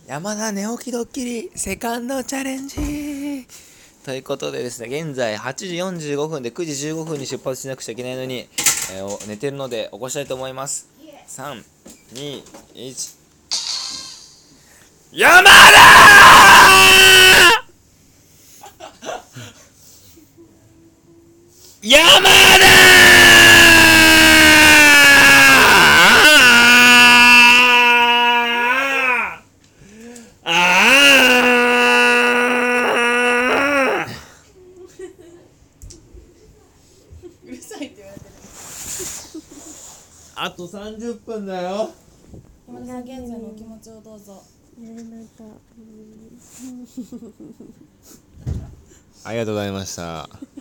山田寝起きドッキリセカンドチャレンジということでですね、現在8時45分で9時15分に出発しなくちゃいけないのに、寝てるので起こしたいと思います。3、2、1。山田山うるさいって言われてる。 あと30分だよ。 山田さん、現在のお気持ちをどうぞ。 ありがとうございました。